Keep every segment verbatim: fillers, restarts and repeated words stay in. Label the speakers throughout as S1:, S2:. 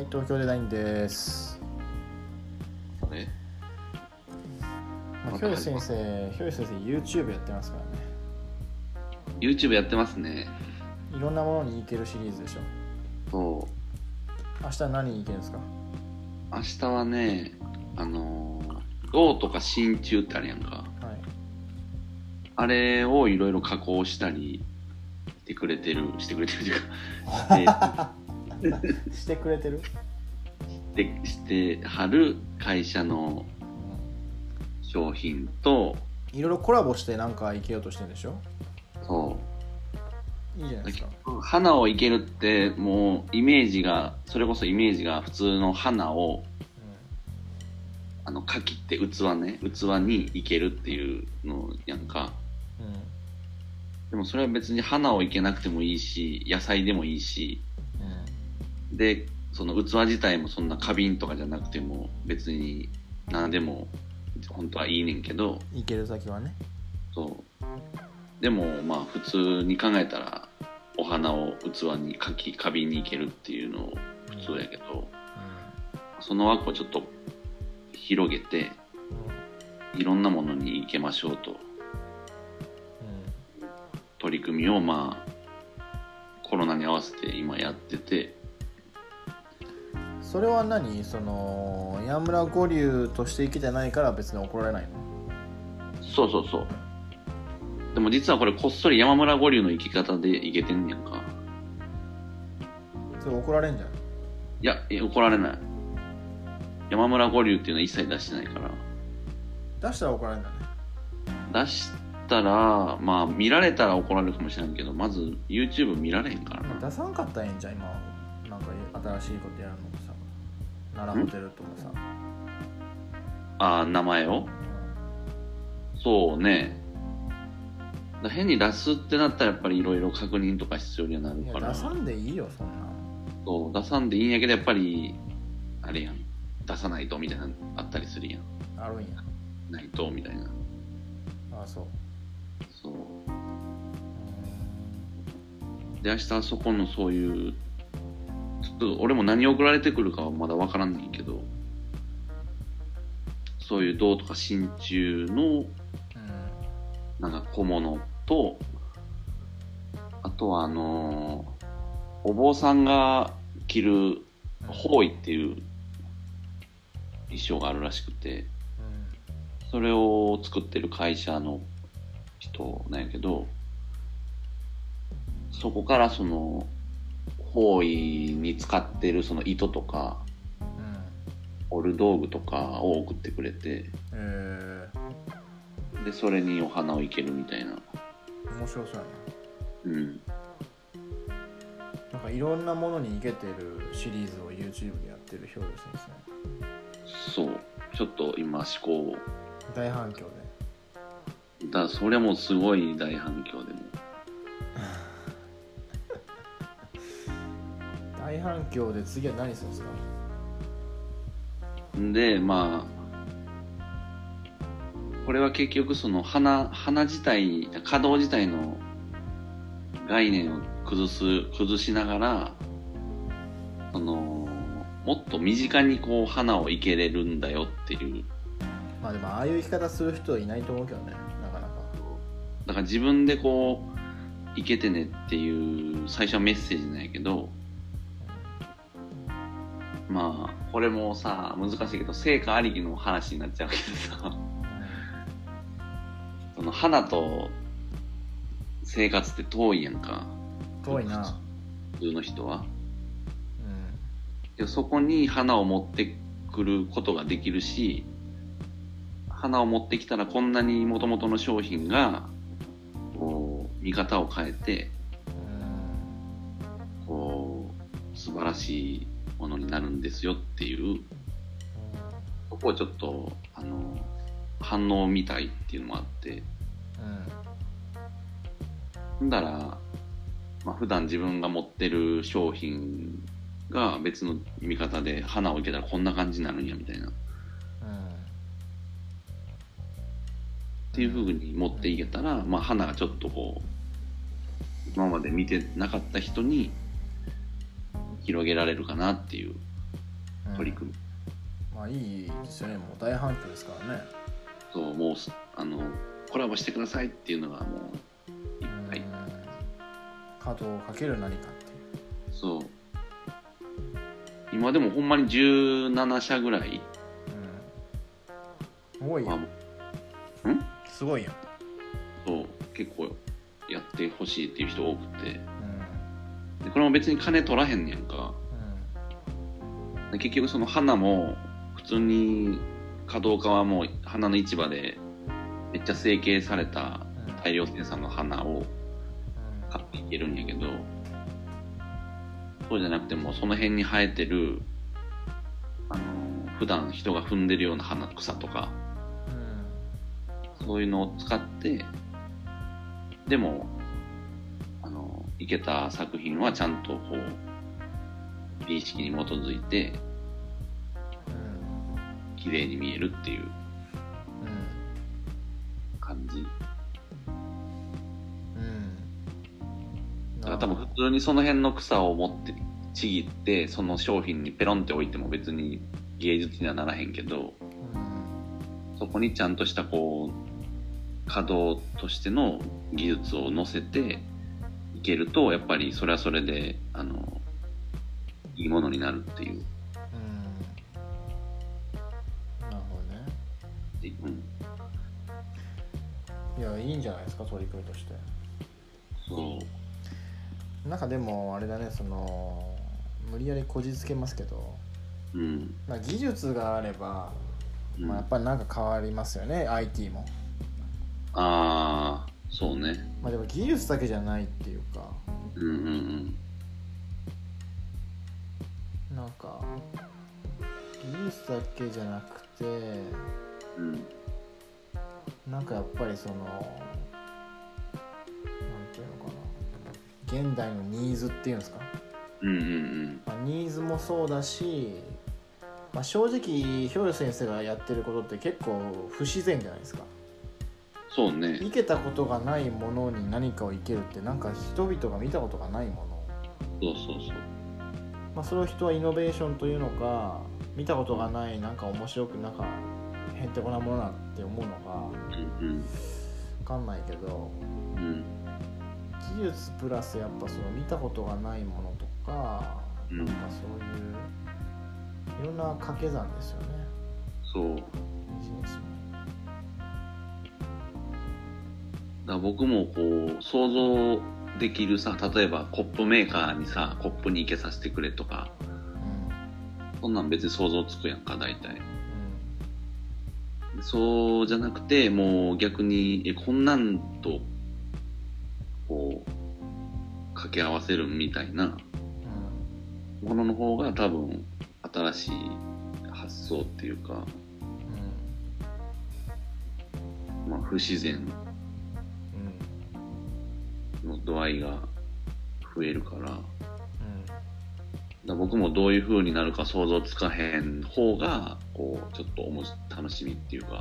S1: 、東京デザインです。
S2: あれ
S1: ひょよ先生、ひょよ先生 YouTube やってますからね。
S2: YouTube やってますね。
S1: いろんなものに行けるシリーズでしょ。
S2: そう。
S1: 明日何に行けるんですか？
S2: 明日はね、あのー、銅とか真鍮ってあるやんか。
S1: はい。
S2: あれをいろいろ加工したりしてくれてる、してくれてるっていうか、
S1: してしてくれてる
S2: でしてはる会社の商品と、
S1: いろいろコラボしてなんか行けようとしてるんでしょ。
S2: そう
S1: いいじゃないですか。
S2: 花を生けるってもうイメージがそれこそイメージが普通の花を、うん、あのかきって器ね器に生けるっていうのやんか、うん、でもそれは別に花を生けなくてもいいし野菜でもいいし、うん、でその器自体もそんな花瓶とかじゃなくても別に何でも本当はいいねんけど、
S1: 生ける先はね。
S2: そうでもまあ普通に考えたらお花を器にかき花瓶に生けるっていうの普通やけど、うんうん、その枠をちょっと広げて、うん、いろんなものに生けましょうと、うん、取り組みをまあコロナに合わせて今やってて。
S1: それは何その山村五流として生きてないから別に怒られないの？
S2: そうそうそう。でも実はこれこっそり山村五流の生き方で生けてんねやんか。
S1: それ怒られんじゃん。
S2: いや怒られない。山村五流っていうのは一切出してないから。
S1: 出したら怒られるんだね。
S2: 出したらまあ見られたら怒られるかもしれんけど、まず YouTube 見られへんからな。
S1: 出さんかったらええんじゃん今。なんか新しいことやるのもさ、奈良ホテルとかさ。
S2: ああ名前を、うん、そうね。変に出すってなったらやっぱりいろいろ確認とか必要にはなるから。
S1: いや出さんでいいよそんな。
S2: そう出さんでいいんやけどやっぱりあれやん、出さないとみたいなのあったりするやん。
S1: あるんや。
S2: ないとみたいな。
S1: ああそう。
S2: そう。で明日はそこのそういうちょっと俺も何送られてくるかはまだ分からんねんけど、そういう銅とか真鍮のなんか小物と、あとはあのー、お坊さんが着る法衣っていう衣装があるらしくて、それを作ってる会社の人なんやけど、そこからその法衣に使ってるその糸とか、うん、織る道具とかを送ってくれて、えー、でそれにお花を生けるみたいな。
S1: 面白そうやな。
S2: うん
S1: なんかいろんなものに生けてるシリーズを YouTube でやってるひょよ先
S2: 生。そうちょっと今思考
S1: 大反響
S2: でだそれもすごい大反響でも
S1: 大反響で次は何するんですか？
S2: でまあこれは結局その花花自体華道自体の概念を崩す崩しながら、そのもっと身近にこう花を生けれるんだよっていう。
S1: まあでもああいう生き方する人はいないと思うけどね、なかなか。
S2: だから自分でこう生けてねっていう最初はメッセージなんやけど、まあこれもさ難しいけど成果ありきの話になっちゃうけどさ、その花と生活って遠いやんか。
S1: 遠いな
S2: 普通の人は、うん、でそこに花を持ってくることができるし、花を持ってきたらこんなに元々の商品がこう見方を変えて、うん、こう素晴らしいものになるんですよっていう、うん、そこをちょっとあの反応を見たいっていうのもあって、うん、だからまあ、普段自分が持ってる商品が別の見方で花を生けたらこんな感じになるんやみたいな、うん、っていう風に持っていけたら、まあ、花がちょっとこう今まで見てなかった人に広げられるかなっていう取り組み、
S1: うん、まあいいですよね。もう大反響ですからね。
S2: そうもうあのコラボしてくださいっていうのがもういっぱい、
S1: 角をかける何かっていう。
S2: そう今でもほんまにじゅうななしゃぐらい、
S1: うん、すごいよ、
S2: まあ、ん
S1: すごいよ。
S2: そう結構やってほしいっていう人多くて、
S1: うん、
S2: でこれも別に金取らへんねやんか、うん、で結局その花も普通に華道家はもう花の市場でめっちゃ成形された大量生産の花を買っていけるんやけど、そうじゃなくてもその辺に生えてるあの普段人が踏んでるような花草とか、うん、そういうのを使ってでもあのいけた作品はちゃんとこう美意識に基づいて、うん、綺麗に見えるっていう感じ、うん、だから多分普通にその辺の草を持ってちぎってその商品にペロンって置いても別に芸術にはならへんけど、うん、そこにちゃんとしたこう稼働としての技術を乗せていけるとやっぱりそれはそれであのいいものになるっていう、うん、
S1: なるほどね、
S2: うん、
S1: いやいいんじゃないですか取り組みとして。
S2: そう
S1: なんかでもあれだね、その無理やりこじつけますけど、
S2: うん、
S1: まあ技術があれば、まあ、やっぱりなんか変わりますよね、うん、アイティー も。
S2: ああそうね。
S1: まあでも技術だけじゃないっていうか、
S2: うんうんうん、
S1: なんか技術だけじゃなくて、
S2: うん、
S1: なんかやっぱりそのなんていうのかな、現代のニーズっていうんですか、
S2: うんうんうん
S1: まあ、ニーズもそうだし、まあ、正直ヒョヨ先生がやってることって結構不自然じゃないですか。
S2: そうね。
S1: 生けたことがないものに何かを生けるってなんか人々が見たことがないもの。
S2: そうそうそう。
S1: まあそれを人はイノベーションというのか、見たことがないなんか面白くなんかへんてこなものだって思うのか、
S2: うんうん、
S1: 分かんないけど、
S2: うん、
S1: 技術プラスやっぱその見たことがないものとか、うん、なんかそういういろんな掛け算ですよね。
S2: そう。ビジネスも。だから僕もこう想像できるさ、例えばコップメーカーにさコップに生けさせてくれとか、うん、そんなん別に想像つくやんか大体、うん、そうじゃなくてもう逆にえこんなんとこう掛け合わせるみたいなものの方が多分新しい発想っていうか、うん、まあ不自然の度合いが増えるから、うん、だから僕もどういう風になるか想像つかへん方がこうちょっとおもし楽しみっていうか、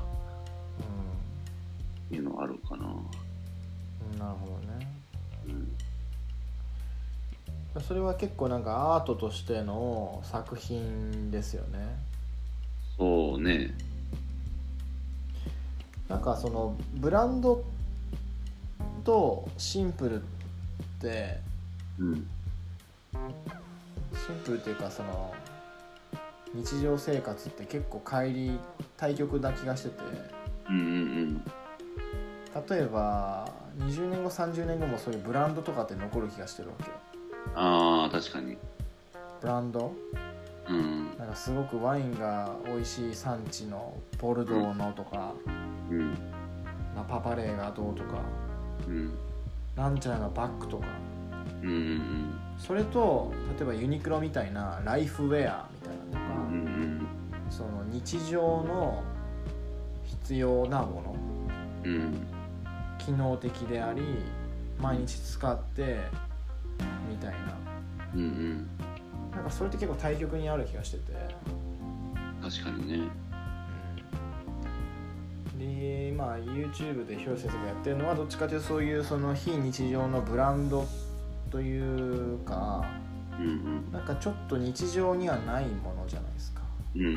S2: うん、いうのあるかな。
S1: なるほどね、うん、それは結構なんかアートとしての作品ですよね。
S2: そうね。
S1: なんかそのブランドとシンプルって、うん、シンプルっていうかその日常生活って結構乖離対極な気がしてて、
S2: うんうんうん、
S1: 例えばにじゅうねんごさんじゅうねんごもそういうブランドとかって残る気がしてるわけ。
S2: あー確かに
S1: ブランド、
S2: うん、
S1: なんかすごくワインが美味しい産地のボルドーのとか、うん、ナパパレーがどうとか、うん、なんちゃらのバッグとか、うんうんうん、それと例えばユニクロみたいなライフウェアみたいなのとか、うんうん、その日常の必要なもの、うん、機能的であり毎日使ってみたいな、うんうん、なんかそれって結構対極にある気がしてて。
S2: 確かにね。
S1: でまあ YouTube で広瀬先生がやってるのはどっちかというとそういうその非日常のブランドというか、
S2: うんうん、
S1: なんかちょっと日常にはないものじゃないですか。
S2: うんうんうん、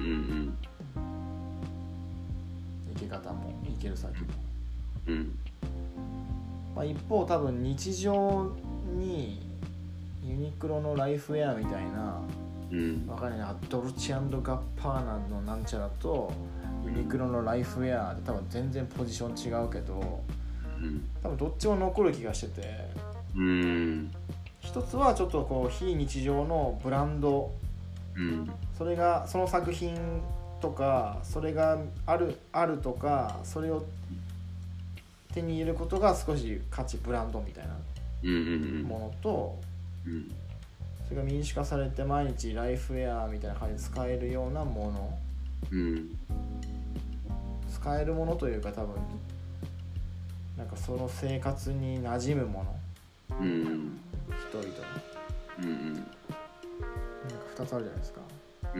S1: 生き方も生きる先も、
S2: うん
S1: まあ、一方多分日常にユニクロのライフウェアみたいな、うん、わかんないな、ドルチ&ガッパーナのなんちゃらとユニクロのライフウェアで多分全然ポジション違うけど、うん、多分どっちも残る気がしてて、うん、一つはちょっとこう非日常のブランド、うん、それがその作品とかそれがあるあるとかそれを手に入れることが少し価値ブランドみたいなものと、うんうんうん、それが民主化されて毎日ライフウェアみたいな感じで使えるようなもの、うん、使えるものというか多分なんかその生活に馴染むもの、うん、人々の、うんうん、なんかふたつあるじゃないですか、うん、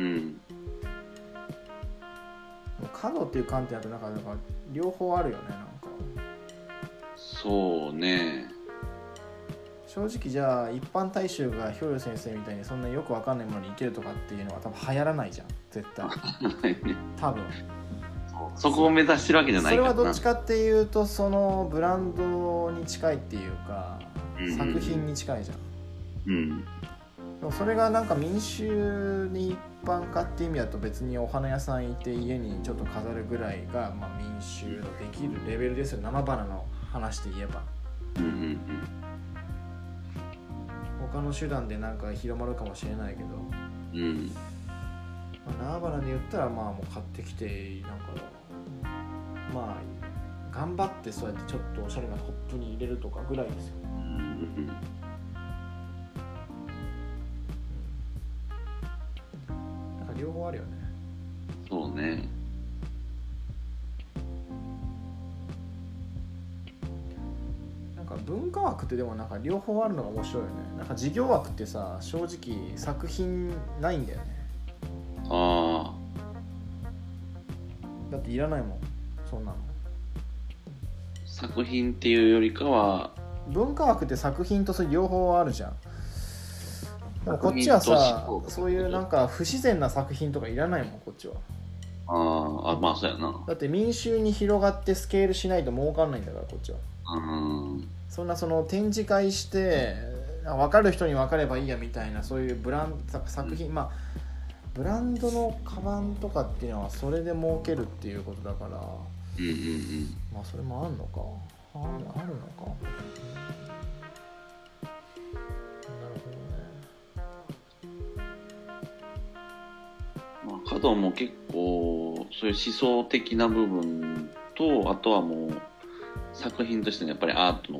S1: 角っていう観点だとなんかなんか両方あるよね。なんか
S2: そうね、
S1: 正直じゃあ一般大衆がヒョル先生みたいにそんなよくわかんないものにいけるとかっていうのは多分流行らないじゃん絶対多分
S2: そこを目指してるわけじゃないからな。
S1: それはどっちかっていうとそのブランドに近いっていうか、うんうん、作品に近いじゃん、うん、でもそれがなんか民衆に一般化っていう意味だと別にお花屋さん行って家にちょっと飾るぐらいが、まあ、民衆のできるレベルですよ。生花の話で言えば、うんうんうん、他の手段でなんか広まるかもしれないけど、うんまあ、生花で言ったらまあもう買ってきてなんかまあ頑張ってそうやってちょっとおしゃれなコップに入れるとかぐらいですよ、うんうん、なんか両方あるよね。
S2: そうね。
S1: なんか文化枠ってでもなんか両方あるのが面白いよね。なんか事業枠ってさ正直作品ないんだよね。ああ。だっていらないもんそんなの。
S2: 作品っていうよりかは
S1: 文化枠って作品とそれ両方あるじゃん。でもこっちはさそういうなんか不自然な作品とかいらないもんこっちは。
S2: ああまあそうやな。
S1: だって民衆に広がってスケールしないと儲かんないんだからこっちは。うんそんなその展示会して分かる人に分かればいいやみたいなそういうブランド作品、うん、まあブランドのカバンとかっていうのはそれで儲けるっていうことだから、うんうんうん、まあそれもあんのかあるのか、うん、なるほ
S2: どね。まあ華道も結構そういう思想的な部分とあとはもう作品としてのやっぱりアートの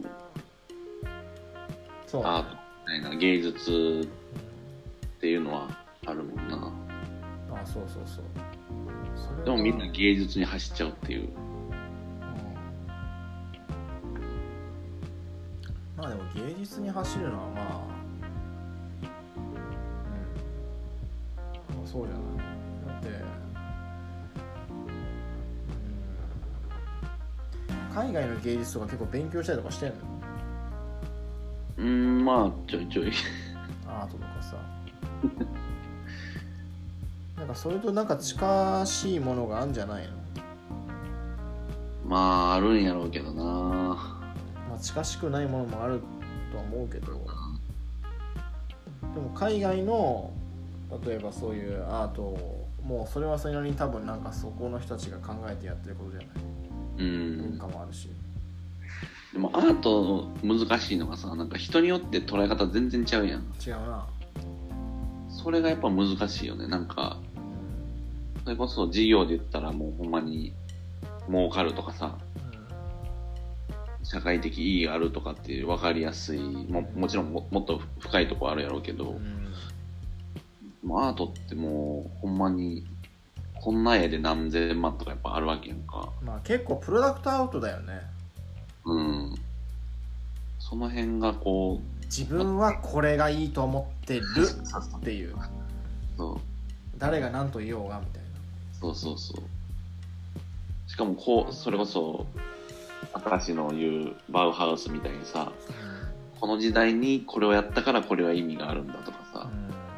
S2: そう、ね、アートみたいな芸術っていうのはあるもんな。
S1: あそうそうそう。
S2: それでもみんな芸術に走っちゃうっていう、うん、
S1: まあでも芸術に走るのはまあ、うん、まあ、そうじゃない。だって、うん、海外の芸術とか結構勉強したりとかしてんの？
S2: うーんまあちょいちょい
S1: アートとかさなんかそれとなんか近しいものがあるんじゃないの？
S2: まああるんやろうけどな。ま
S1: あ近しくないものもあるとは思うけど、でも海外の例えばそういうアートをもうそれはそれなりに多分なんかそこの人たちが考えてやってることじゃない。うん。文化もあるし。
S2: でもアート難しいのがさ、なんか人によって捉え方全然ちゃうやん。
S1: 違うな。
S2: それがやっぱ難しいよね。なんかそれこそ事業で言ったらもうほんまに儲かるとかさ、うん、社会的意義があるとかって分かりやすい も, もちろん も, もっと深いところあるやろうけど、うん、アートってもうほんまにこんな絵で何千万とかやっぱあるわけやんか。
S1: まあ結構プロダクトアウトだよね。
S2: うん。その辺がこう
S1: 自分はこれがいいと思ってるっていう。そう。誰が何と言おうがみたいな。
S2: そうそうそう。しかもこうそれこそ明石の言うバウハウスみたいにさ、うん、この時代にこれをやったからこれは意味があるんだとかさ、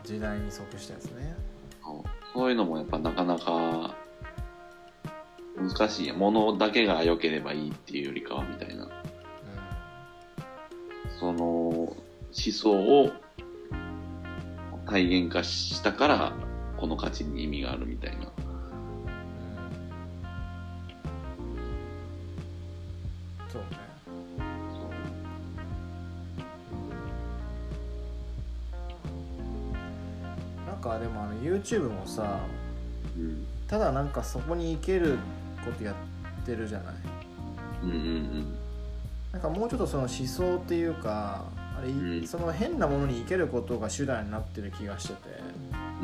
S1: 時代に即したやつね。
S2: そう、そういうのもやっぱなかなか難しい。ものだけが良ければいいっていうよりかはみたいな、うん、その思想を体現化したからこの価値に意味があるみたいな、うん、
S1: そうね。なんかでもあの YouTube もさ、うん、ただなんかそこに行けることやってるじゃない。
S2: うんうんうん。
S1: なんかもうちょっとその思想っていうかあれ、うん、その変なものに生けることが手段になってる気がしてて、
S2: うん、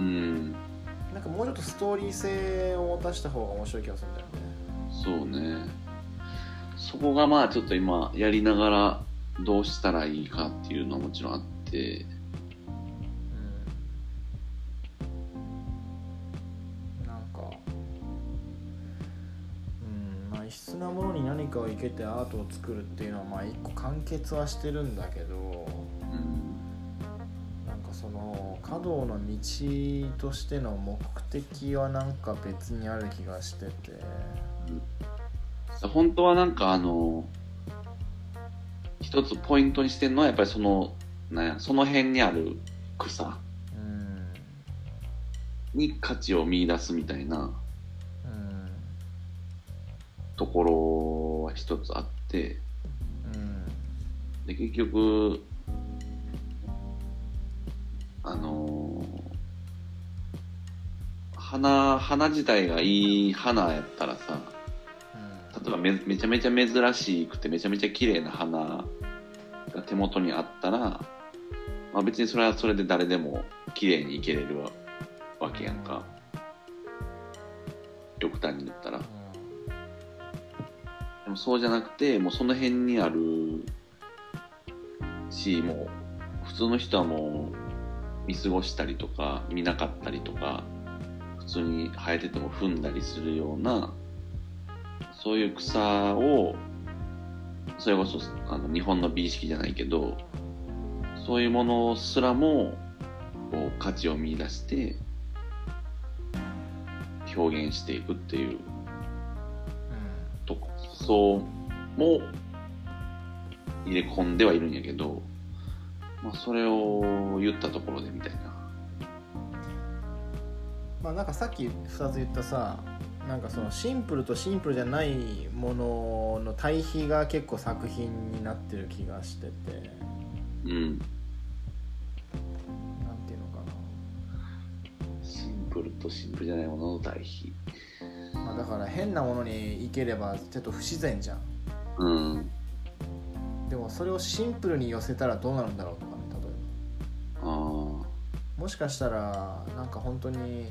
S1: なんかもうちょっとストーリー性を持たした方が面白い気がするんだよ
S2: ね。そうね。そこがまあちょっと今やりながらどうしたらいいかっていうのはもちろんあって、
S1: うん、なんか、うん、まあ異質なものに何かを生けてアートを作るっていうのはまあ一個完結はしてるんだけど、うん、なんかその華道の道としての目的はなんか別にある気がしてて、
S2: うん、本当はなんかあの一つポイントにしてるのはやっぱりそのなんやその辺にある草に価値を見出すみたいな、うん、ところは一つあって、うん、で結局あのー、花花自体がいい花やったらさ、例えば め, めちゃめちゃ珍しくてめちゃめちゃ綺麗な花が手元にあったら、まあ、別にそれはそれで誰でも綺麗に生けれる わ, わけやんか、極端に言ったら。でもそうじゃなくてもうその辺にあるし、もう普通の人はもう見過ごしたりとか見なかったりとか普通に生えてても踏んだりするようなそういう草をそれこそあの日本の美意識じゃないけどそういうものすらもこう価値を見出して表現していくっていう、うん、とそうも入れ込んではいるんやけど、まあ、それを言ったところでみたいな。
S1: まあなんかさっきふたつ言ったさ、なんかそのシンプルとシンプルじゃないものの対比が結構作品になってる気がしてて、
S2: うん、
S1: なんていうのかな、
S2: シンプルとシンプルじゃないものの対比、
S1: まあ、だから変なものに生ければちょっと不自然じゃん、
S2: うん、
S1: でもそれをシンプルに寄せたらどうなるんだろうとかね、例えば、あ、もしかしたらなんか本当に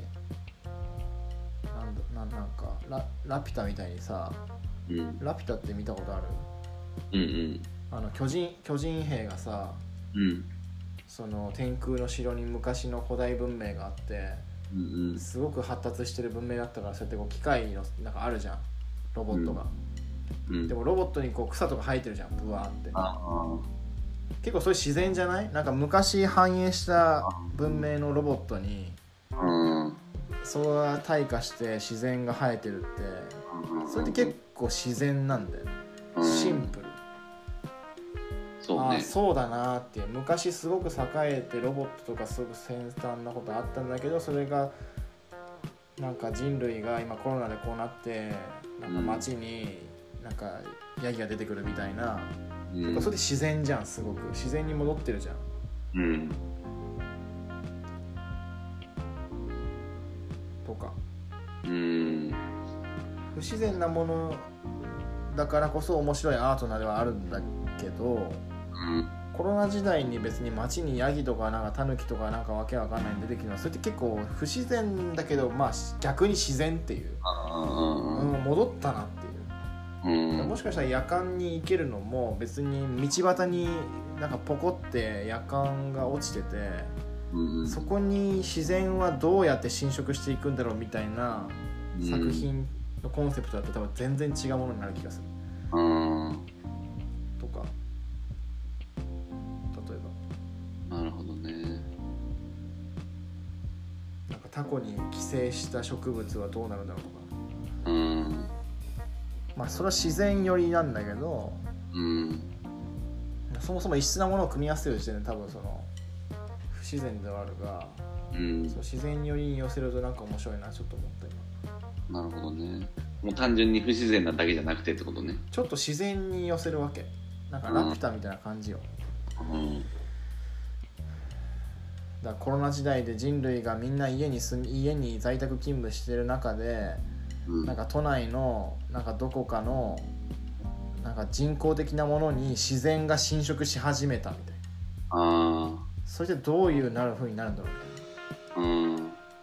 S1: なんなんか ラ, ラピュタみたいにさ、うん、ラピュタって見たことあ
S2: る？うんうん、
S1: あの巨人巨人兵がさ、
S2: うん、
S1: その天空の城に昔の古代文明があって、
S2: うんうん、
S1: すごく発達してる文明だったからそうやってこう機械のなんかあるじゃん、ロボットが、うんうん、でもロボットにこう草とか生えてるじゃん、ブワーって。
S2: ああ、
S1: 結構それ自然じゃない？なんか昔繁栄した文明のロボットに、
S2: うん、
S1: それは退化して自然が生えてるって、それって結構自然なんだよね、うん、シンプル。
S2: そうね、
S1: ああそうだなっていう、昔すごく栄えてロボットとかすごく先端なことあったんだけど、それがなんか人類が今コロナでこうなってなんか街になんかヤギが出てくるみたいな、うん、それで自然じゃん、すごく自然に戻ってるじゃん、
S2: うん、
S1: とか、
S2: うん、
S1: 不自然なものだからこそ面白いアートなではあるんだけど、
S2: うん、
S1: コロナ時代に別に街にヤギとかなんかタヌキとかなんかわけわかんないの出てきるのは、それって結構不自然だけど、まあ逆に自然っていう、うん、戻ったなっていう、うん、もしかしたら夜間に行けるのも別に道端になんかポコって夜間が落ちてて、うん、そこに自然はどうやって侵食していくんだろうみたいな作品のコンセプトだと多分全然違うものになる気がする、
S2: うん、
S1: とか、例えば。
S2: なるほどね。
S1: タコに寄生した植物はどうなるんだろうとか、
S2: うん、
S1: まあそれは自然寄りなんだけど、
S2: うん、
S1: そもそも異質なものを組み合わせる時点で多分その不自然ではあるが、うん、そう自然寄りに寄せるとなんか面白いなちょっと思った
S2: 今。なるほどね。もう単純に不自然なだけじゃなくてってことね。
S1: ちょっと自然に寄せるわけ。なんかラピュタみたいな感じよ、うん、だからコロナ時代で人類がみんな家に住み家に在宅勤務してる中で、うん、なんか都内のなんかどこかのなんか人工的なものに自然が侵食し始めたみたいな。ああ。それでどういうなる風になるんだろうみたいな。うん。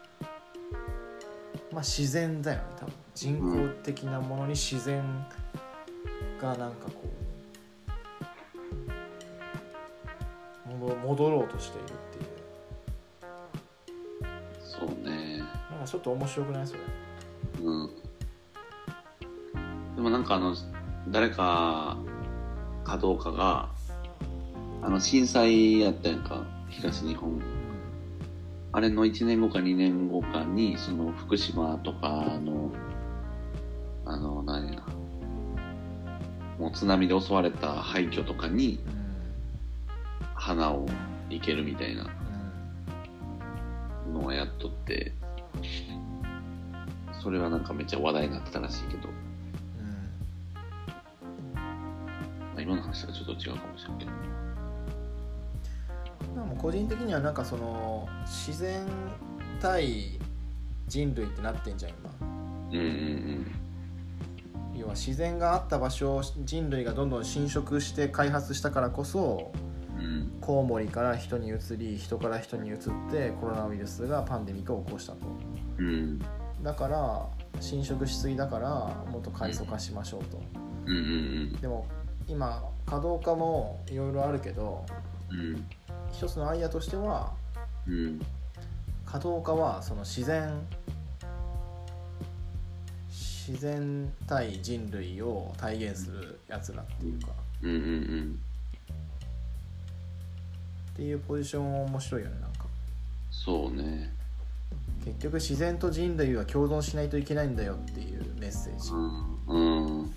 S1: まあ自然だよね多分。人工的なものに自然がなんかこう戻ろうとしているっていう。
S2: そうね。
S1: なんかちょっと面白くないそれ。
S2: うん。でもなんかあの誰かかどうかがあの震災やったやんか東日本、うん、あれのいちねんごかにねんごかにその福島とかのあの何やもう津波で襲われた廃墟とかに花を生けるみたいなのをやっとって、それはなんかめっちゃ話題になってたらしいけど、うんまあ、今の話はちょっと違うかもしれんけど、
S1: も個人的にはなんかその自然対人類ってなってんじゃん今。うんうんうん。要は自然があった場所を人類がどんどん侵食して開発したからこそ、うん、コウモリから人に移り人から人に移ってコロナウイルスがパンデミックを起こしたと、うん、だから侵食しすぎだからもっと簡素化しましょうと、うんうんうん、でも今可動化もいろいろあるけど、うん、一つのアイデアとしては、うん、可動化はその自然自然対人類を体現するやつらっていうか、うんうんうん、っていうポジション面白いよね。なんか
S2: そうね、
S1: 結局自然と人類は共存しないといけないんだよっていうメッセージ、うんうん、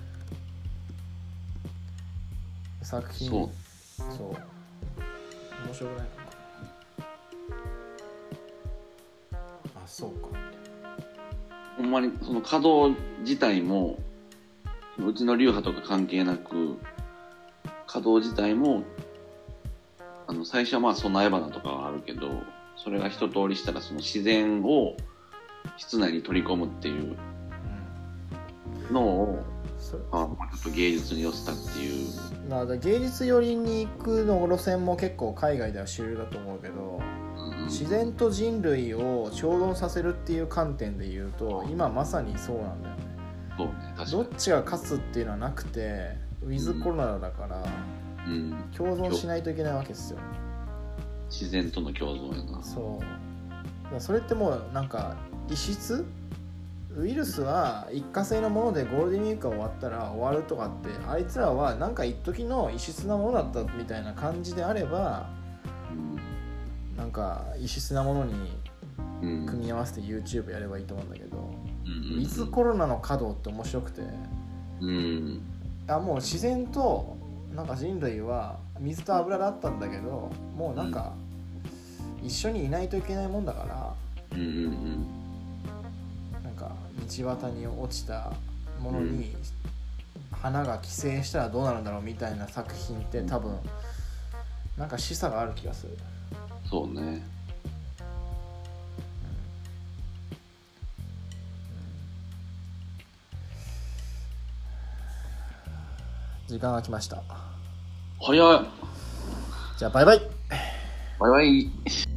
S1: 作品そうそう面白くないのかな。あ、そうか。
S2: ほんまにその稼働自体もうちの流派とか関係なく稼働自体もあの最初はまあ備え花とかはあるけど、それが一通りしたらその自然を室内に取り込むっていうのを、うん、あまあちょっと芸術に寄せたっていう。
S1: だから芸術寄りに行くの路線も結構海外では主流だと思うけど、自然と人類を共存させるっていう観点で言うと今まさにそうなんだよね。
S2: そうね、確かに。
S1: どっちが勝つっていうのはなくてウィズコロナだから、うん、共存しないといけないわけですよ。
S2: 自然との共存やな。
S1: そうだからそれってもうなんか異質ウイルスは一過性のものでゴールデンウィークが終わったら終わるとかってあいつらはなんか一時の異質なものだったみたいな感じであれば、うん、なんか異質なものに組み合わせて YouTube やればいいと思うんだけど、うん、ウィズコロナの稼働って面白くて、うん、あもう自然となんか人類は水と油だったんだけどもうなんか一緒にいないといけないもんだから、うんうんうん、なんか道端に落ちたものに花が寄生したらどうなるんだろうみたいな作品って多分なんか示唆がある気がする。
S2: そうね、うんうん、
S1: 時間が来ました。
S2: 早い。
S1: じゃあバイバイ。
S2: バイバイ。